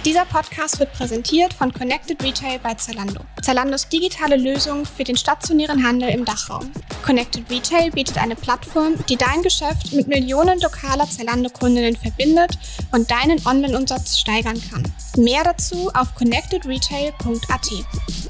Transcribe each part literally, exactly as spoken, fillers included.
Dieser Podcast wird präsentiert von Connected Retail bei Zalando. Zalandos digitale Lösung für den stationären Handel im Dachraum. Connected Retail bietet eine Plattform, die dein Geschäft mit Millionen lokaler Zalando-Kundinnen verbindet und deinen Online-Umsatz steigern kann. Mehr dazu auf connected retail punkt a t.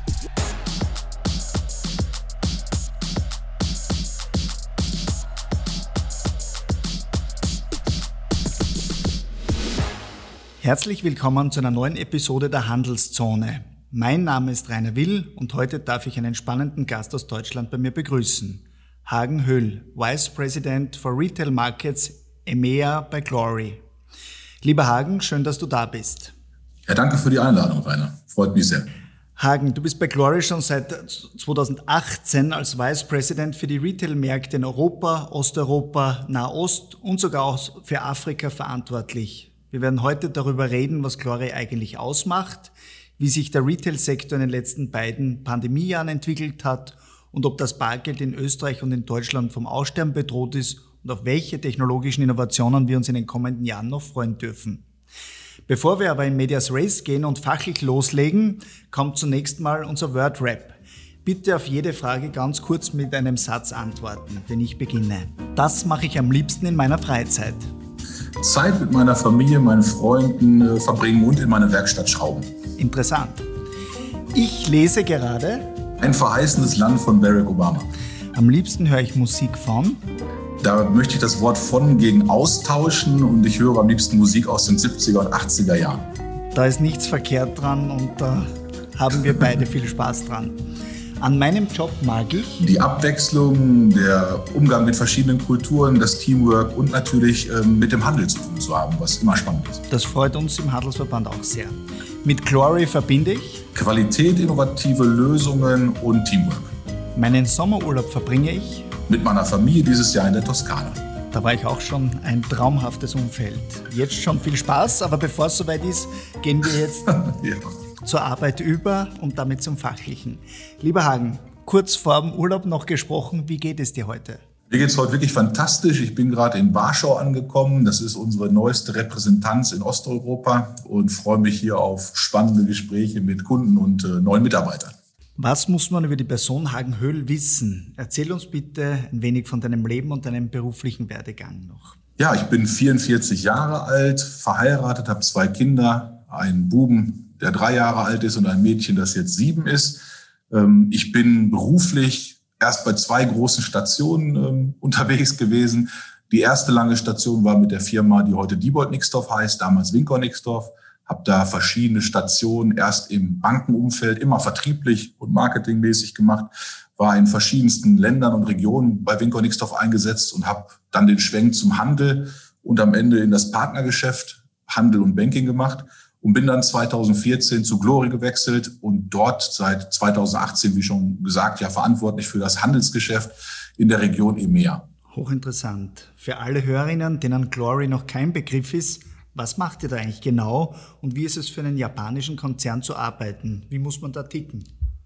Herzlich willkommen zu einer neuen Episode der Handelszone. Mein Name ist Rainer Will und heute darf ich einen spannenden Gast aus Deutschland bei mir begrüßen. Hagen Höll, Vice President for Retail Markets E M E A bei Glory. Lieber Hagen, schön, dass du da bist. Ja, danke für die Einladung, Rainer. Freut mich sehr. Hagen, du bist bei Glory schon seit zweitausendachtzehn als Vice President für die Retail-Märkte in Europa, Osteuropa, Nahost und sogar auch für Afrika verantwortlich. Wir werden heute darüber reden, was Glory eigentlich ausmacht, wie sich der Retail-Sektor in den letzten beiden Pandemiejahren entwickelt hat und ob das Bargeld in Österreich und in Deutschland vom Aussterben bedroht ist und auf welche technologischen Innovationen wir uns in den kommenden Jahren noch freuen dürfen. Bevor wir aber in Medias Res gehen und fachlich loslegen, kommt zunächst mal unser Word-Rap. Bitte auf jede Frage ganz kurz mit einem Satz antworten, denn ich beginne. Das mache ich am liebsten in meiner Freizeit. Zeit mit meiner Familie, meinen Freunden äh, verbringen und in meine Werkstatt schrauben. Interessant. Ich lese gerade Ein verheißendes Land von Barack Obama. Am liebsten höre ich Musik von. Da möchte ich das Wort von gegen austauschen und ich höre am liebsten Musik aus den siebziger und achtziger Jahren. Da ist nichts verkehrt dran und da haben wir beide viel Spaß dran. An meinem Job mag ich die Abwechslung, der Umgang mit verschiedenen Kulturen, das Teamwork und natürlich ähm, mit dem Handel zu tun zu haben, was immer spannend ist. Das freut uns im Handelsverband auch sehr. Mit Glory verbinde ich Qualität, innovative Lösungen und Teamwork. Meinen Sommerurlaub verbringe ich mit meiner Familie dieses Jahr in der Toskana. Da war ich auch schon, ein traumhaftes Umfeld. Jetzt schon viel Spaß, aber bevor es soweit ist, gehen wir jetzt ja. zur Arbeit über und damit zum Fachlichen. Lieber Hagen, kurz vor dem Urlaub noch gesprochen, wie geht es dir heute? Mir geht es heute wirklich fantastisch. Ich bin gerade in Warschau angekommen. Das ist unsere neueste Repräsentanz in Osteuropa und freue mich hier auf spannende Gespräche mit Kunden und äh, neuen Mitarbeitern. Was muss man über die Person Hagen Höll wissen? Erzähl uns bitte ein wenig von deinem Leben und deinem beruflichen Werdegang noch. Ja, ich bin vierundvierzig Jahre alt, verheiratet, habe zwei Kinder, einen Buben, der drei Jahre alt ist und ein Mädchen, das jetzt sieben ist. Ich bin beruflich erst bei zwei großen Stationen unterwegs gewesen. Die erste lange Station war mit der Firma, die heute Diebold Nixdorf heißt, damals Winkler Nixdorf. Habe da verschiedene Stationen erst im Bankenumfeld, immer vertrieblich und marketingmäßig gemacht, war in verschiedensten Ländern und Regionen bei Winkler Nixdorf eingesetzt und habe dann den Schwenk zum Handel und am Ende in das Partnergeschäft, Handel und Banking gemacht und bin dann zweitausendvierzehn zu Glory gewechselt und dort seit zweitausendachtzehn, wie schon gesagt, ja verantwortlich für das Handelsgeschäft in der Region E M E A. Hochinteressant. Für alle Hörerinnen, denen Glory noch kein Begriff ist, was macht ihr da eigentlich genau und wie ist es für einen japanischen Konzern zu arbeiten? Wie muss man da ticken?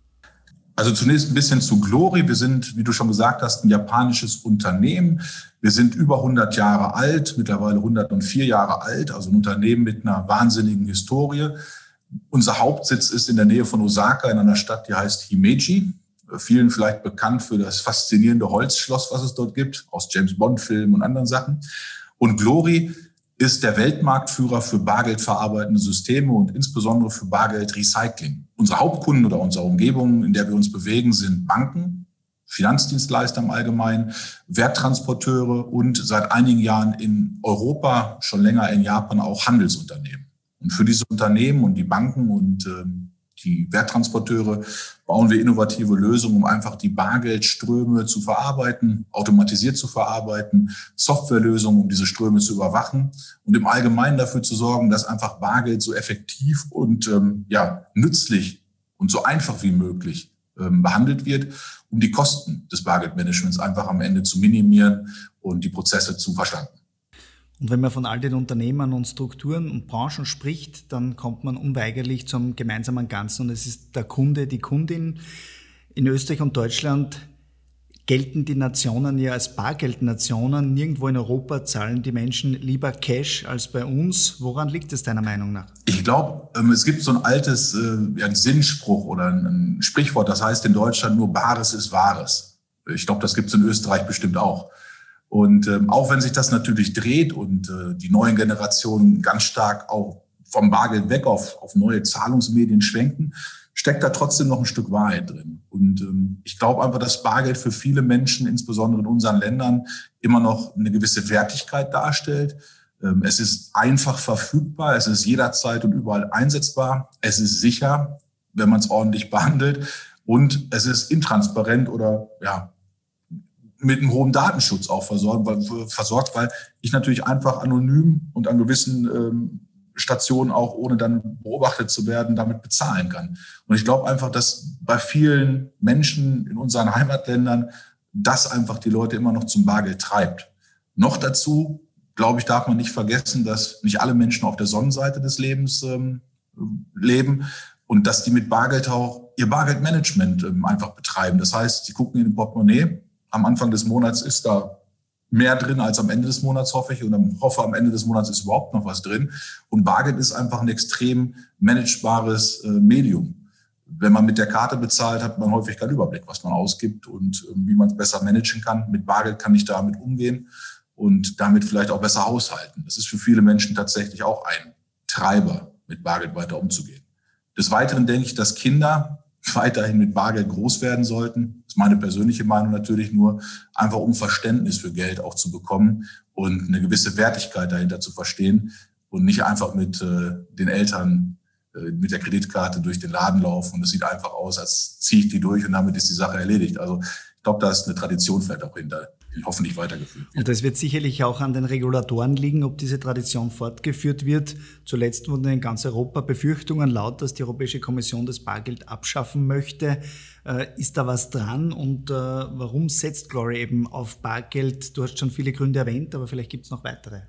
Also zunächst ein bisschen zu Glory. Wir sind, wie du schon gesagt hast, ein japanisches Unternehmen. Wir sind über hundert Jahre alt, mittlerweile hundertvier Jahre alt, also ein Unternehmen mit einer wahnsinnigen Historie. Unser Hauptsitz ist in der Nähe von Osaka in einer Stadt, die heißt Himeji. Vielen vielleicht bekannt für das faszinierende Holzschloss, was es dort gibt, aus James-Bond-Filmen und anderen Sachen. Und Glory ist der Weltmarktführer für bargeldverarbeitende Systeme und insbesondere für Bargeldrecycling. Unsere Hauptkunden oder unsere Umgebung, in der wir uns bewegen, sind Banken, Finanzdienstleister im Allgemeinen, Werttransporteure und seit einigen Jahren in Europa, schon länger in Japan auch Handelsunternehmen. Und für diese Unternehmen und die Banken und ähm, die Werttransporteure bauen wir innovative Lösungen, um einfach die Bargeldströme zu verarbeiten, automatisiert zu verarbeiten, Softwarelösungen, um diese Ströme zu überwachen und im Allgemeinen dafür zu sorgen, dass einfach Bargeld so effektiv und ähm, ja nützlich und so einfach wie möglich ähm, behandelt wird, um die Kosten des Bargeldmanagements einfach am Ende zu minimieren und die Prozesse zu verschlanken. Und wenn man von all den Unternehmen und Strukturen und Branchen spricht, dann kommt man unweigerlich zum gemeinsamen Ganzen und es ist der Kunde, die Kundin. In Österreich und Deutschland gelten die Nationen ja als Bargeldnationen. Nirgendwo in Europa zahlen die Menschen lieber Cash als bei uns. Woran liegt es deiner Meinung nach? Ich glaube, es gibt so ein altes äh, ein Sinnspruch oder ein Sprichwort, das heißt in Deutschland nur Bares ist Wahres. Ich glaube, das gibt es in Österreich bestimmt auch. Und ähm, auch wenn sich das natürlich dreht und äh, die neuen Generationen ganz stark auch vom Bargeld weg auf, auf neue Zahlungsmedien schwenken, steckt da trotzdem noch ein Stück Wahrheit drin. Und ähm, ich glaube einfach, dass Bargeld für viele Menschen, insbesondere in unseren Ländern, immer noch eine gewisse Wertigkeit darstellt. Ähm, es ist einfach verfügbar, es ist jederzeit und überall einsetzbar, es ist sicher, wenn man es ordentlich behandelt, und es ist intransparent oder ja mit einem hohen Datenschutz auch versorgt, weil, versorgt, weil ich natürlich einfach anonym und an gewissen ähm, Stationen auch, ohne dann beobachtet zu werden, damit bezahlen kann. Und ich glaube einfach, dass bei vielen Menschen in unseren Heimatländern das einfach die Leute immer noch zum Bargeld treibt. Noch dazu, glaube ich, darf man nicht vergessen, dass nicht alle Menschen auf der Sonnenseite des Lebens ähm, leben und dass die mit Bargeld auch ihr Bargeldmanagement ähm, einfach betreiben. Das heißt, sie gucken in den Portemonnaie. Am Anfang des Monats ist da mehr drin als am Ende des Monats, hoffe ich. Und dann hoffe, am Ende des Monats ist überhaupt noch was drin. Und Bargeld ist einfach ein extrem managebares äh, Medium. Wenn man mit der Karte bezahlt, hat man häufig keinen Überblick, was man ausgibt und äh, wie man es besser managen kann. Mit Bargeld kann ich damit umgehen und damit vielleicht auch besser haushalten. Das ist für viele Menschen tatsächlich auch ein Treiber, mit Bargeld weiter umzugehen. Des Weiteren denke ich, dass Kinder weiterhin mit Bargeld groß werden sollten. Das ist meine persönliche Meinung natürlich nur, einfach um Verständnis für Geld auch zu bekommen und eine gewisse Wertigkeit dahinter zu verstehen und nicht einfach mit äh, den Eltern äh, mit der Kreditkarte durch den Laden laufen und es sieht einfach aus, als ziehe ich die durch und damit ist die Sache erledigt. Also ich glaube, da ist eine Tradition vielleicht auch hinter, die hoffentlich weitergeführt wird. Und das wird sicherlich auch an den Regulatoren liegen, ob diese Tradition fortgeführt wird. Zuletzt wurden in ganz Europa Befürchtungen laut, dass die Europäische Kommission das Bargeld abschaffen möchte. Äh, ist da was dran und äh, warum setzt Glory eben auf Bargeld? Du hast schon viele Gründe erwähnt, aber vielleicht gibt es noch weitere.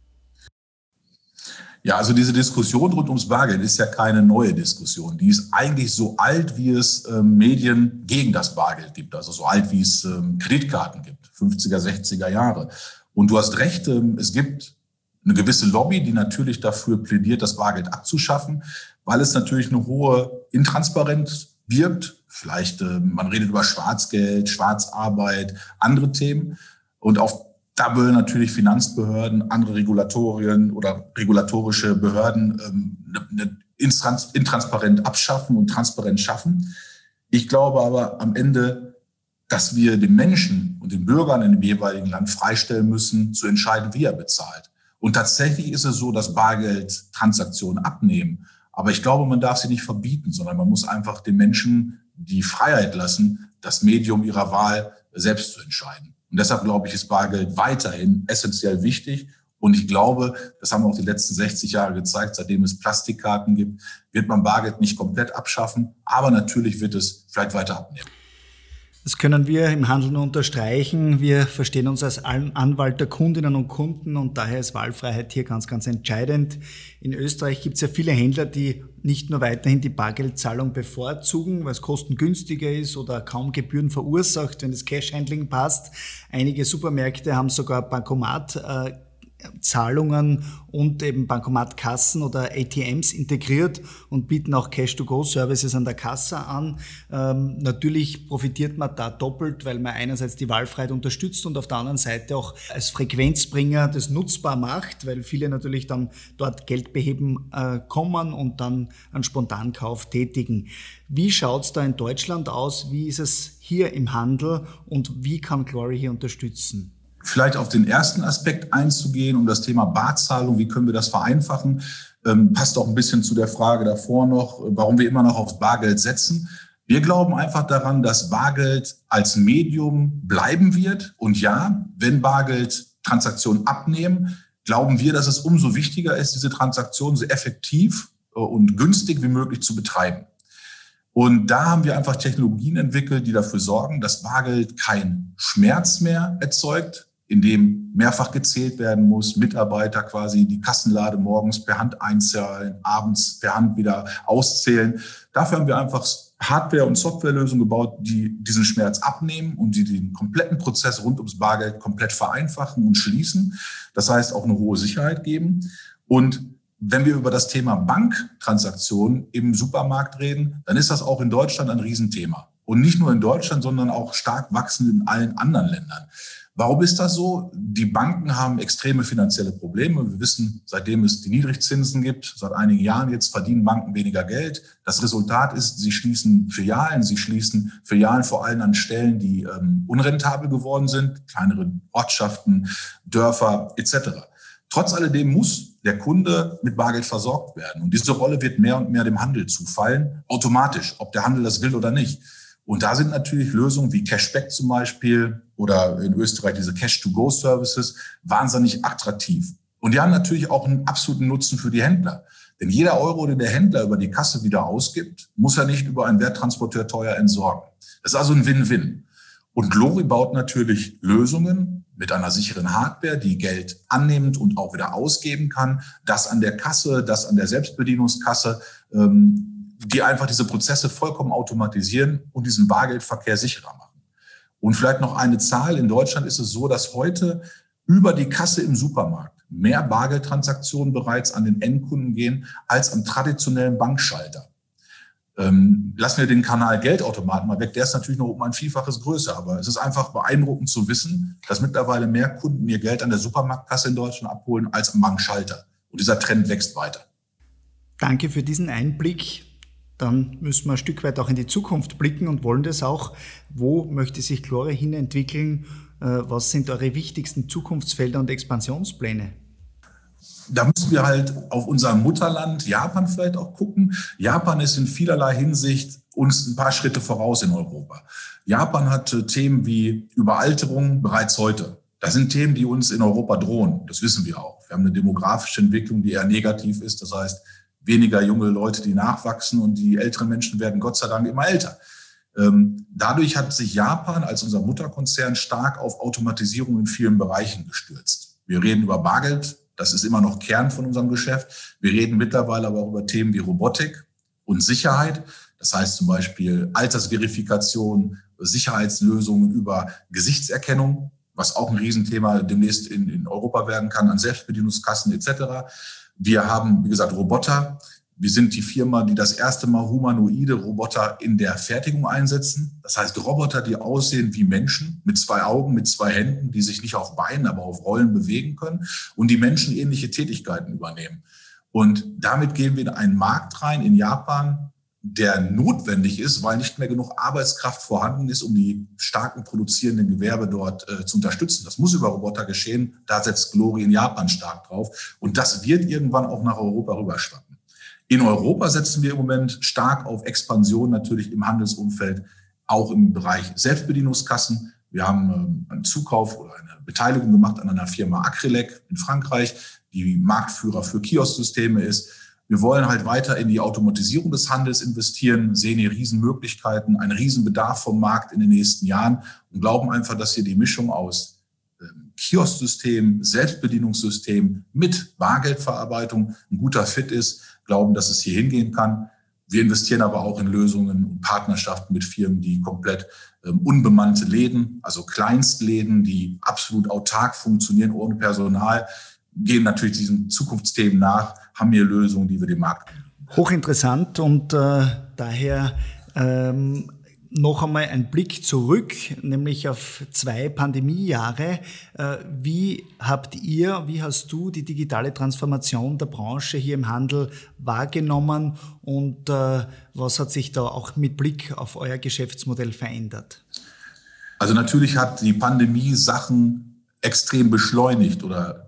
Ja, also diese Diskussion rund ums Bargeld ist ja keine neue Diskussion. Die ist eigentlich so alt, wie es äh, Medien gegen das Bargeld gibt. Also so alt, wie es ähm, Kreditkarten gibt, fünfziger, sechziger Jahre. Und du hast recht, ähm, es gibt eine gewisse Lobby, die natürlich dafür plädiert, das Bargeld abzuschaffen, weil es natürlich eine hohe Intransparenz birgt. Vielleicht, äh, man redet über Schwarzgeld, Schwarzarbeit, andere Themen. Und auf Da wollen natürlich Finanzbehörden, andere Regulatorien oder regulatorische Behörden ähm, eine Intrans- intransparent abschaffen und transparent schaffen. Ich glaube aber am Ende, dass wir den Menschen und den Bürgern in dem jeweiligen Land freistellen müssen, zu entscheiden, wie er bezahlt. Und tatsächlich ist es so, dass Bargeld Transaktionen abnehmen. Aber ich glaube, man darf sie nicht verbieten, sondern man muss einfach den Menschen die Freiheit lassen, das Medium ihrer Wahl selbst zu entscheiden. Und deshalb, glaube ich, ist Bargeld weiterhin essentiell wichtig. Und ich glaube, das haben auch die letzten sechzig Jahre gezeigt, seitdem es Plastikkarten gibt, wird man Bargeld nicht komplett abschaffen. Aber natürlich wird es vielleicht weiter abnehmen. Das können wir im Handel nur unterstreichen. Wir verstehen uns als Anwalt der Kundinnen und Kunden und daher ist Wahlfreiheit hier ganz, ganz entscheidend. In Österreich gibt es ja viele Händler, die nicht nur weiterhin die Bargeldzahlung bevorzugen, weil es kostengünstiger ist oder kaum Gebühren verursacht, wenn das Cash-Handling passt. Einige Supermärkte haben sogar Bankomat äh, Zahlungen und eben Bankomatkassen oder A T Ms integriert und bieten auch Cash-to-Go-Services an der Kasse an. Ähm, natürlich profitiert man da doppelt, weil man einerseits die Wahlfreiheit unterstützt und auf der anderen Seite auch als Frequenzbringer das nutzbar macht, weil viele natürlich dann dort Geld beheben äh, kommen und dann einen Spontankauf tätigen. Wie schaut's da in Deutschland aus? Wie ist es hier im Handel und wie kann Glory hier unterstützen? Vielleicht auf den ersten Aspekt einzugehen, um das Thema Barzahlung, wie können wir das vereinfachen, ähm, passt auch ein bisschen zu der Frage davor noch, warum wir immer noch aufs Bargeld setzen. Wir glauben einfach daran, dass Bargeld als Medium bleiben wird. Und ja, wenn Bargeld Transaktionen abnehmen, glauben wir, dass es umso wichtiger ist, diese Transaktionen so effektiv und günstig wie möglich zu betreiben. Und da haben wir einfach Technologien entwickelt, die dafür sorgen, dass Bargeld keinen Schmerz mehr erzeugt, in dem mehrfach gezählt werden muss, Mitarbeiter quasi die Kassenlade morgens per Hand einzahlen, abends per Hand wieder auszählen. Dafür haben wir einfach Hardware- und Softwarelösungen gebaut, die diesen Schmerz abnehmen und die den kompletten Prozess rund ums Bargeld komplett vereinfachen und schließen. Das heißt, auch eine hohe Sicherheit geben. Und wenn wir über das Thema Banktransaktionen im Supermarkt reden, dann ist das auch in Deutschland ein Riesenthema. Und nicht nur in Deutschland, sondern auch stark wachsend in allen anderen Ländern. Warum ist das so? Die Banken haben extreme finanzielle Probleme. Wir wissen, seitdem es die Niedrigzinsen gibt, seit einigen Jahren jetzt verdienen Banken weniger Geld. Das Resultat ist, sie schließen Filialen. Sie schließen Filialen vor allem an Stellen, die ähm, unrentabel geworden sind, kleinere Ortschaften, Dörfer et cetera. Trotz alledem muss der Kunde mit Bargeld versorgt werden. Und diese Rolle wird mehr und mehr dem Handel zufallen, automatisch, ob der Handel das will oder nicht. Und da sind natürlich Lösungen wie Cashback zum Beispiel oder in Österreich diese Cash-to-Go-Services wahnsinnig attraktiv. Und die haben natürlich auch einen absoluten Nutzen für die Händler. Denn jeder Euro, den der Händler über die Kasse wieder ausgibt, muss er nicht über einen Werttransporteur teuer entsorgen. Das ist also ein Win-Win. Und Glory baut natürlich Lösungen mit einer sicheren Hardware, die Geld annimmt und auch wieder ausgeben kann. Das an der Kasse, das an der Selbstbedienungskasse, ähm, die einfach diese Prozesse vollkommen automatisieren und diesen Bargeldverkehr sicherer machen. Und vielleicht noch eine Zahl. In Deutschland ist es so, dass heute über die Kasse im Supermarkt mehr Bargeldtransaktionen bereits an den Endkunden gehen als am traditionellen Bankschalter. Ähm, lassen wir den Kanal Geldautomaten mal weg. Der ist natürlich noch um ein Vielfaches größer. Aber es ist einfach beeindruckend zu wissen, dass mittlerweile mehr Kunden ihr Geld an der Supermarktkasse in Deutschland abholen als am Bankschalter. Und dieser Trend wächst weiter. Danke für diesen Einblick. Dann müssen wir ein Stück weit auch in die Zukunft blicken und wollen das auch. Wo möchte sich Glory hin entwickeln? Was sind eure wichtigsten Zukunftsfelder und Expansionspläne? Da müssen wir halt auf unser Mutterland Japan vielleicht auch gucken. Japan ist in vielerlei Hinsicht uns ein paar Schritte voraus in Europa. Japan hat Themen wie Überalterung bereits heute. Das sind Themen, die uns in Europa drohen. Das wissen wir auch. Wir haben eine demografische Entwicklung, die eher negativ ist. Das heißt, weniger junge Leute, die nachwachsen und die älteren Menschen werden Gott sei Dank immer älter. Ähm, dadurch hat sich Japan als unser Mutterkonzern stark auf Automatisierung in vielen Bereichen gestürzt. Wir reden über Bargeld, das ist immer noch Kern von unserem Geschäft. Wir reden mittlerweile aber auch über Themen wie Robotik und Sicherheit. Das heißt zum Beispiel Altersverifikation, Sicherheitslösungen über Gesichtserkennung, was auch ein Riesenthema demnächst in, in Europa werden kann, an Selbstbedienungskassen et cetera. Wir haben, wie gesagt, Roboter. Wir sind die Firma, die das erste Mal humanoide Roboter in der Fertigung einsetzen. Das heißt Roboter, die aussehen wie Menschen, mit zwei Augen, mit zwei Händen, die sich nicht auf Beinen, aber auf Rollen bewegen können und die menschenähnliche Tätigkeiten übernehmen. Und damit gehen wir in einen Markt rein in Japan, der notwendig ist, weil nicht mehr genug Arbeitskraft vorhanden ist, um die starken produzierenden Gewerbe dort äh, zu unterstützen. Das muss über Roboter geschehen. Da setzt Glory in Japan stark drauf. Und das wird irgendwann auch nach Europa rüberschwappen. In Europa setzen wir im Moment stark auf Expansion natürlich im Handelsumfeld, auch im Bereich Selbstbedienungskassen. Wir haben ähm, einen Zukauf oder eine Beteiligung gemacht an einer Firma Acrelec in Frankreich, die Marktführer für Kiosksysteme ist. Wir wollen halt weiter in die Automatisierung des Handels investieren, sehen hier Riesenmöglichkeiten, einen Riesenbedarf vom Markt in den nächsten Jahren und glauben einfach, dass hier die Mischung aus ähm, Kiosksystem, Selbstbedienungssystem mit Bargeldverarbeitung ein guter Fit ist, glauben, dass es hier hingehen kann. Wir investieren aber auch in Lösungen und Partnerschaften mit Firmen, die komplett ähm, unbemannte Läden, also Kleinstläden, die absolut autark funktionieren ohne Personal, gehen natürlich diesen Zukunftsthemen nach, haben hier Lösungen, die wir dem Markt anbieten. Hochinteressant und äh, daher ähm, noch einmal ein Blick zurück, nämlich auf zwei Pandemiejahre. Äh, wie habt ihr, wie hast du die digitale Transformation der Branche hier im Handel wahrgenommen und äh, was hat sich da auch mit Blick auf euer Geschäftsmodell verändert? Also natürlich hat die Pandemie Sachen extrem beschleunigt oder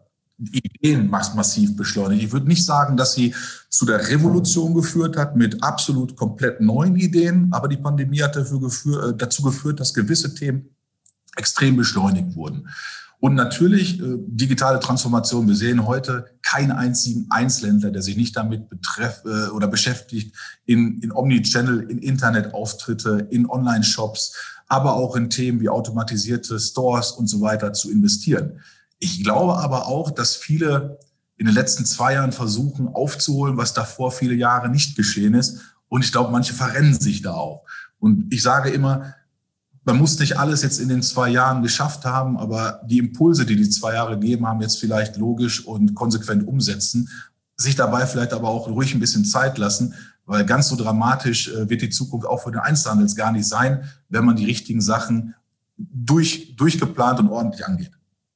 Ideen massiv beschleunigt. Ich würde nicht sagen, dass sie zu der Revolution geführt hat mit absolut komplett neuen Ideen, aber die Pandemie hat dafür geführt, dazu geführt, dass gewisse Themen extrem beschleunigt wurden. Und natürlich äh, digitale Transformation. Wir sehen heute keinen einzigen Einzelhändler, der sich nicht damit betreff, äh, oder beschäftigt, in, in Omnichannel, in Internetauftritte, in Online-Shops, aber auch in Themen wie automatisierte Stores und so weiter zu investieren. Ich glaube aber auch, dass viele in den letzten zwei Jahren versuchen aufzuholen, was davor viele Jahre nicht geschehen ist. Und ich glaube, manche verrennen sich da auch. Und ich sage immer, man muss nicht alles jetzt in den zwei Jahren geschafft haben, aber die Impulse, die die zwei Jahre gegeben haben, jetzt vielleicht logisch und konsequent umsetzen, sich dabei vielleicht aber auch ruhig ein bisschen Zeit lassen, weil ganz so dramatisch wird die Zukunft auch für den Einzelhandel gar nicht sein, wenn man die richtigen Sachen durch, durchgeplant und ordentlich angeht.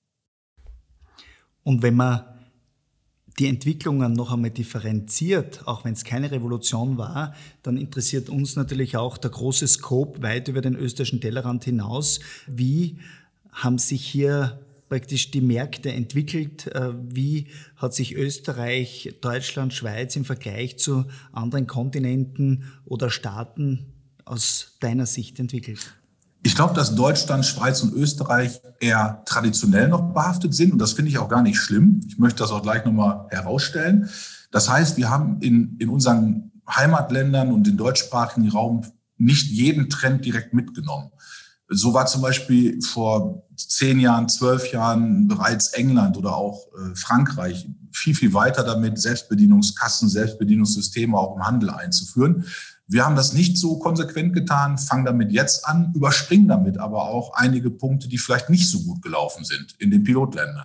Und wenn man die Entwicklungen noch einmal differenziert, auch wenn es keine Revolution war, dann interessiert uns natürlich auch der große Scope weit über den österreichischen Tellerrand hinaus. Wie haben sich hier praktisch die Märkte entwickelt? Wie hat sich Österreich, Deutschland, Schweiz im Vergleich zu anderen Kontinenten oder Staaten aus deiner Sicht entwickelt? Ich glaube, dass Deutschland, Schweiz und Österreich eher traditionell noch behaftet sind. Und das finde ich auch gar nicht schlimm. Ich möchte das auch gleich nochmal herausstellen. Das heißt, wir haben in, in unseren Heimatländern und im deutschsprachigen Raum nicht jeden Trend direkt mitgenommen. So war zum Beispiel vor zehn Jahren, zwölf Jahren bereits England oder auch äh, Frankreich viel, viel weiter damit, Selbstbedienungskassen, Selbstbedienungssysteme auch im Handel einzuführen. Wir haben das nicht so konsequent getan, fangen damit jetzt an, überspringen damit aber auch einige Punkte, die vielleicht nicht so gut gelaufen sind in den Pilotländern.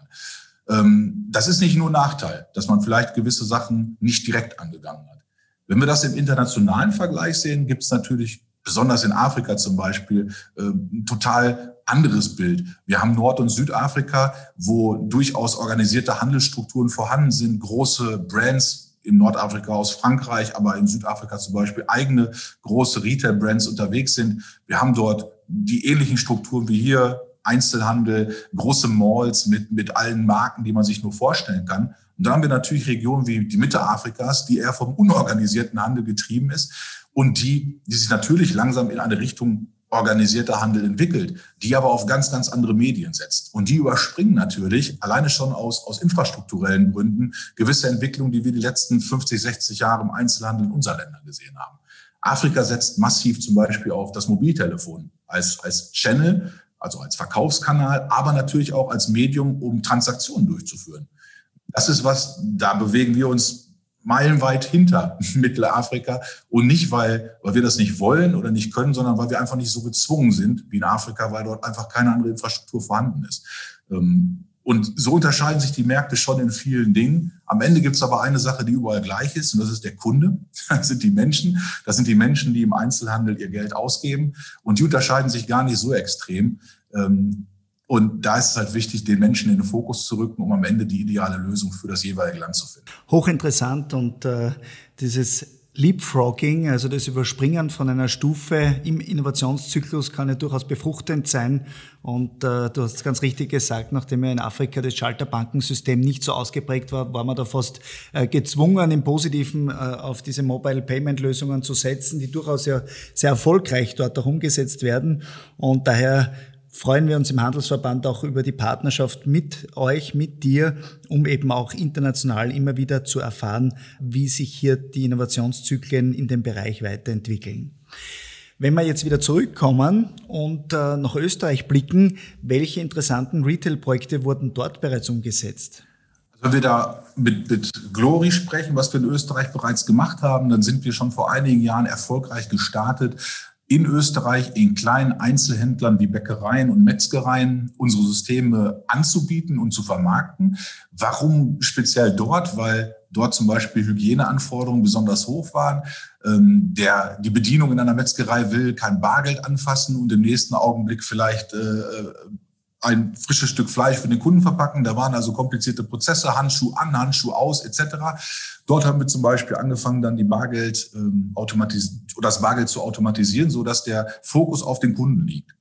Das ist nicht nur ein Nachteil, dass man vielleicht gewisse Sachen nicht direkt angegangen hat. Wenn wir das im internationalen Vergleich sehen, gibt es natürlich, besonders in Afrika zum Beispiel, ein total anderes Bild. Wir haben Nord- und Südafrika, wo durchaus organisierte Handelsstrukturen vorhanden sind, große Brands, in Nordafrika aus Frankreich, aber in Südafrika zum Beispiel eigene große Retail-Brands unterwegs sind. Wir haben dort die ähnlichen Strukturen wie hier, Einzelhandel, große Malls mit, mit allen Marken, die man sich nur vorstellen kann. Und dann haben wir natürlich Regionen wie die Mitte Afrikas, die eher vom unorganisierten Handel getrieben ist und die, die sich natürlich langsam in eine Richtung organisierter Handel entwickelt, die aber auf ganz, ganz andere Medien setzt. Und die überspringen natürlich, alleine schon aus, aus infrastrukturellen Gründen, gewisse Entwicklungen, die wir die letzten fünfzig, sechzig Jahre im Einzelhandel in unseren Ländern gesehen haben. Afrika setzt massiv zum Beispiel auf das Mobiltelefon als, als Channel, also als Verkaufskanal, aber natürlich auch als Medium, um Transaktionen durchzuführen. Das ist was, da bewegen wir uns meilenweit hinter Mittelafrika und nicht, weil, weil wir das nicht wollen oder nicht können, sondern weil wir einfach nicht so gezwungen sind wie in Afrika, weil dort einfach keine andere Infrastruktur vorhanden ist. Und so unterscheiden sich die Märkte schon in vielen Dingen. Am Ende gibt es aber eine Sache, die überall gleich ist, und das ist der Kunde. Das sind die Menschen. Das sind die Menschen, die im Einzelhandel ihr Geld ausgeben. Und die unterscheiden sich gar nicht so extrem. Und da ist es halt wichtig, den Menschen in den Fokus zu rücken, um am Ende die ideale Lösung für das jeweilige Land zu finden. Hochinteressant, und äh, dieses Leapfrogging, also das Überspringen von einer Stufe im Innovationszyklus, kann ja durchaus befruchtend sein. Und äh, du hast es ganz richtig gesagt, nachdem ja in Afrika das Schalterbankensystem nicht so ausgeprägt war, war man da fast äh, gezwungen, im Positiven äh, auf diese Mobile-Payment-Lösungen zu setzen, die durchaus ja sehr erfolgreich dort auch umgesetzt werden. Und daher freuen wir uns im Handelsverband auch über die Partnerschaft mit euch, mit dir, um eben auch international immer wieder zu erfahren, wie sich hier die Innovationszyklen in dem Bereich weiterentwickeln. Wenn wir jetzt wieder zurückkommen und äh, nach Österreich blicken, welche interessanten Retail-Projekte wurden dort bereits umgesetzt? Also wenn wir da mit, mit Glory sprechen, was wir in Österreich bereits gemacht haben, dann sind wir schon vor einigen Jahren erfolgreich gestartet, in Österreich in kleinen Einzelhändlern wie Bäckereien und Metzgereien unsere Systeme anzubieten und zu vermarkten. Warum speziell dort? Weil dort zum Beispiel Hygieneanforderungen besonders hoch waren. Ähm, der, die Bedienung in einer Metzgerei will kein Bargeld anfassen und im nächsten Augenblick vielleicht äh, ein frisches Stück Fleisch für den Kunden verpacken. Da waren also komplizierte Prozesse, Handschuh an, Handschuh aus et cetera. Dort haben wir zum Beispiel angefangen, dann die Bargeld ähm, automatis- oder das Bargeld zu automatisieren, so dass der Fokus auf den Kunden liegt.